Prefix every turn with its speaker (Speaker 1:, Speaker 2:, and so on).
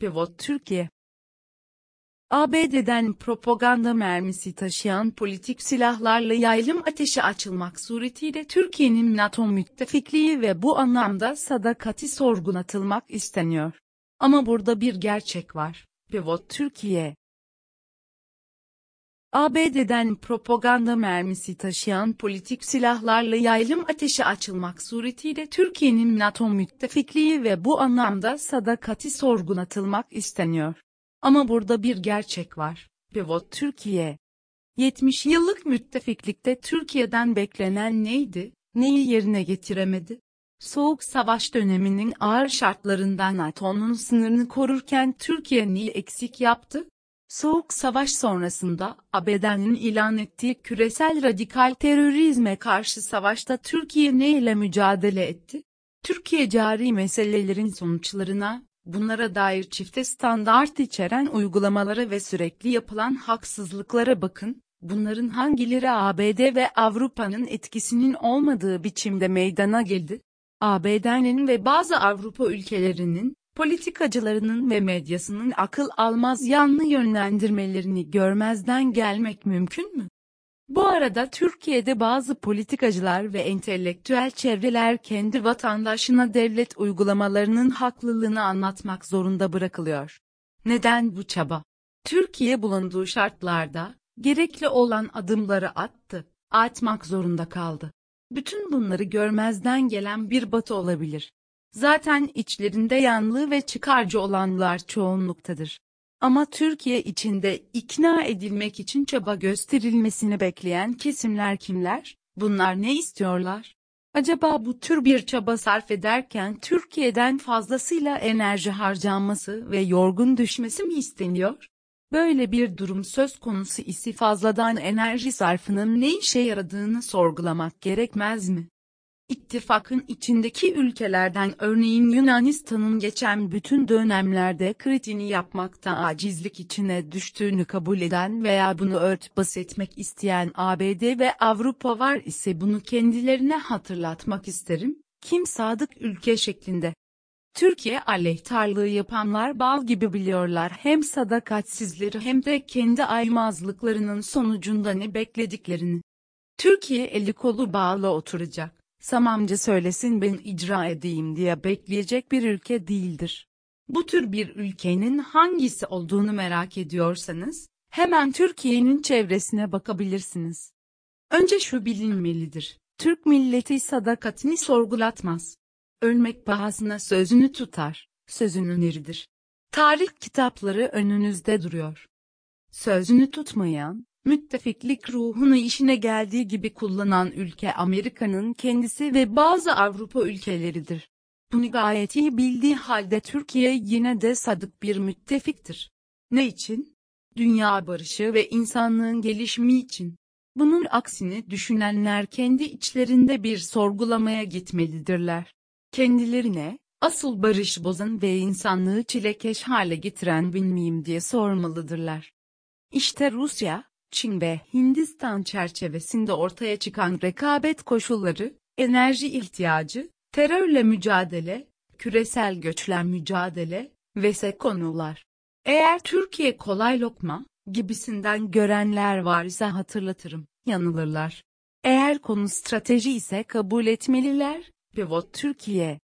Speaker 1: Pivot Türkiye. ABD'den propaganda mermisi taşıyan politik silahlarla yaylım ateşi açılmak suretiyle Türkiye'nin NATO müttefikliği ve bu anlamda sadakati sorgulatılmak isteniyor. Ama burada bir gerçek var. Pivot Türkiye. ABD'den propaganda mermisi taşıyan politik silahlarla yaylım ateşi açılmak suretiyle Türkiye'nin NATO müttefikliği ve bu anlamda sadakati sorgulatılmak isteniyor. Ama burada bir gerçek var. Pivot Türkiye. 70 yıllık müttefiklikte Türkiye'den beklenen neydi, neyi yerine getiremedi? Soğuk Savaş döneminin ağır şartlarından NATO'nun sınırını korurken Türkiye neyi eksik yaptı? Soğuk Savaş sonrasında ABD'nin ilan ettiği küresel radikal terörizme karşı savaşta Türkiye ne ile mücadele etti? Türkiye cari meselelerin sonuçlarına, bunlara dair çifte standart içeren uygulamalara ve sürekli yapılan haksızlıklara bakın, bunların hangileri ABD ve Avrupa'nın etkisinin olmadığı biçimde meydana geldi? ABD'nin ve bazı Avrupa ülkelerinin, politikacılarının ve medyasının akıl almaz yanlı yönlendirmelerini görmezden gelmek mümkün mü? Bu arada Türkiye'de bazı politikacılar ve entelektüel çevreler kendi vatandaşına devlet uygulamalarının haklılığını anlatmak zorunda bırakılıyor. Neden bu çaba? Türkiye bulunduğu şartlarda, gerekli olan adımları atmak zorunda kaldı. Bütün bunları görmezden gelen bir Batı olabilir. Zaten içlerinde yanlı ve çıkarcı olanlar çoğunluktadır. Ama Türkiye içinde ikna edilmek için çaba gösterilmesini bekleyen kesimler kimler? Bunlar ne istiyorlar? Acaba bu tür bir çaba sarf ederken Türkiye'den fazlasıyla enerji harcanması ve yorgun düşmesi mi isteniyor? Böyle bir durum söz konusu ise fazladan enerji sarfının ne işe yaradığını sorgulamak gerekmez mi? İttifakın içindeki ülkelerden örneğin Yunanistan'ın geçen bütün dönemlerde kritiğini yapmakta acizlik içine düştüğünü kabul eden veya bunu örtbas etmek isteyen ABD ve Avrupa var ise bunu kendilerine hatırlatmak isterim, kim sadık ülke şeklinde. Türkiye aleyhtarlığı yapanlar bal gibi biliyorlar hem sadakatsizleri hem de kendi aymazlıklarının sonucunda ne beklediklerini. Türkiye eli kolu bağlı oturacak. Samamcı söylesin ben icra edeyim diye bekleyecek bir ülke değildir. Bu tür bir ülkenin hangisi olduğunu merak ediyorsanız, hemen Türkiye'nin çevresine bakabilirsiniz. Önce şu bilinmelidir, Türk milleti sadakatini sorgulatmaz. Ölmek pahasına sözünü tutar, sözünün eridir. Tarih kitapları önünüzde duruyor. Sözünü tutmayan, müttefiklik ruhunu işine geldiği gibi kullanan ülke Amerika'nın kendisi ve bazı Avrupa ülkeleridir. Bunu gayet iyi bildiği halde Türkiye yine de sadık bir müttefiktir. Ne için? Dünya barışı ve insanlığın gelişimi için. Bunun aksini düşünenler kendi içlerinde bir sorgulamaya gitmelidirler. Kendilerine, asıl barış bozan ve insanlığı çilekeş hale getiren ben miyim diye sormalıdırlar. İşte Rusya, Çin ve Hindistan çerçevesinde ortaya çıkan rekabet koşulları, enerji ihtiyacı, terörle mücadele, küresel göçle mücadele vs. konular. Eğer Türkiye kolay lokma gibisinden görenler varsa hatırlatırım, yanılırlar. Eğer konu strateji ise kabul etmeliler, Pivot Türkiye.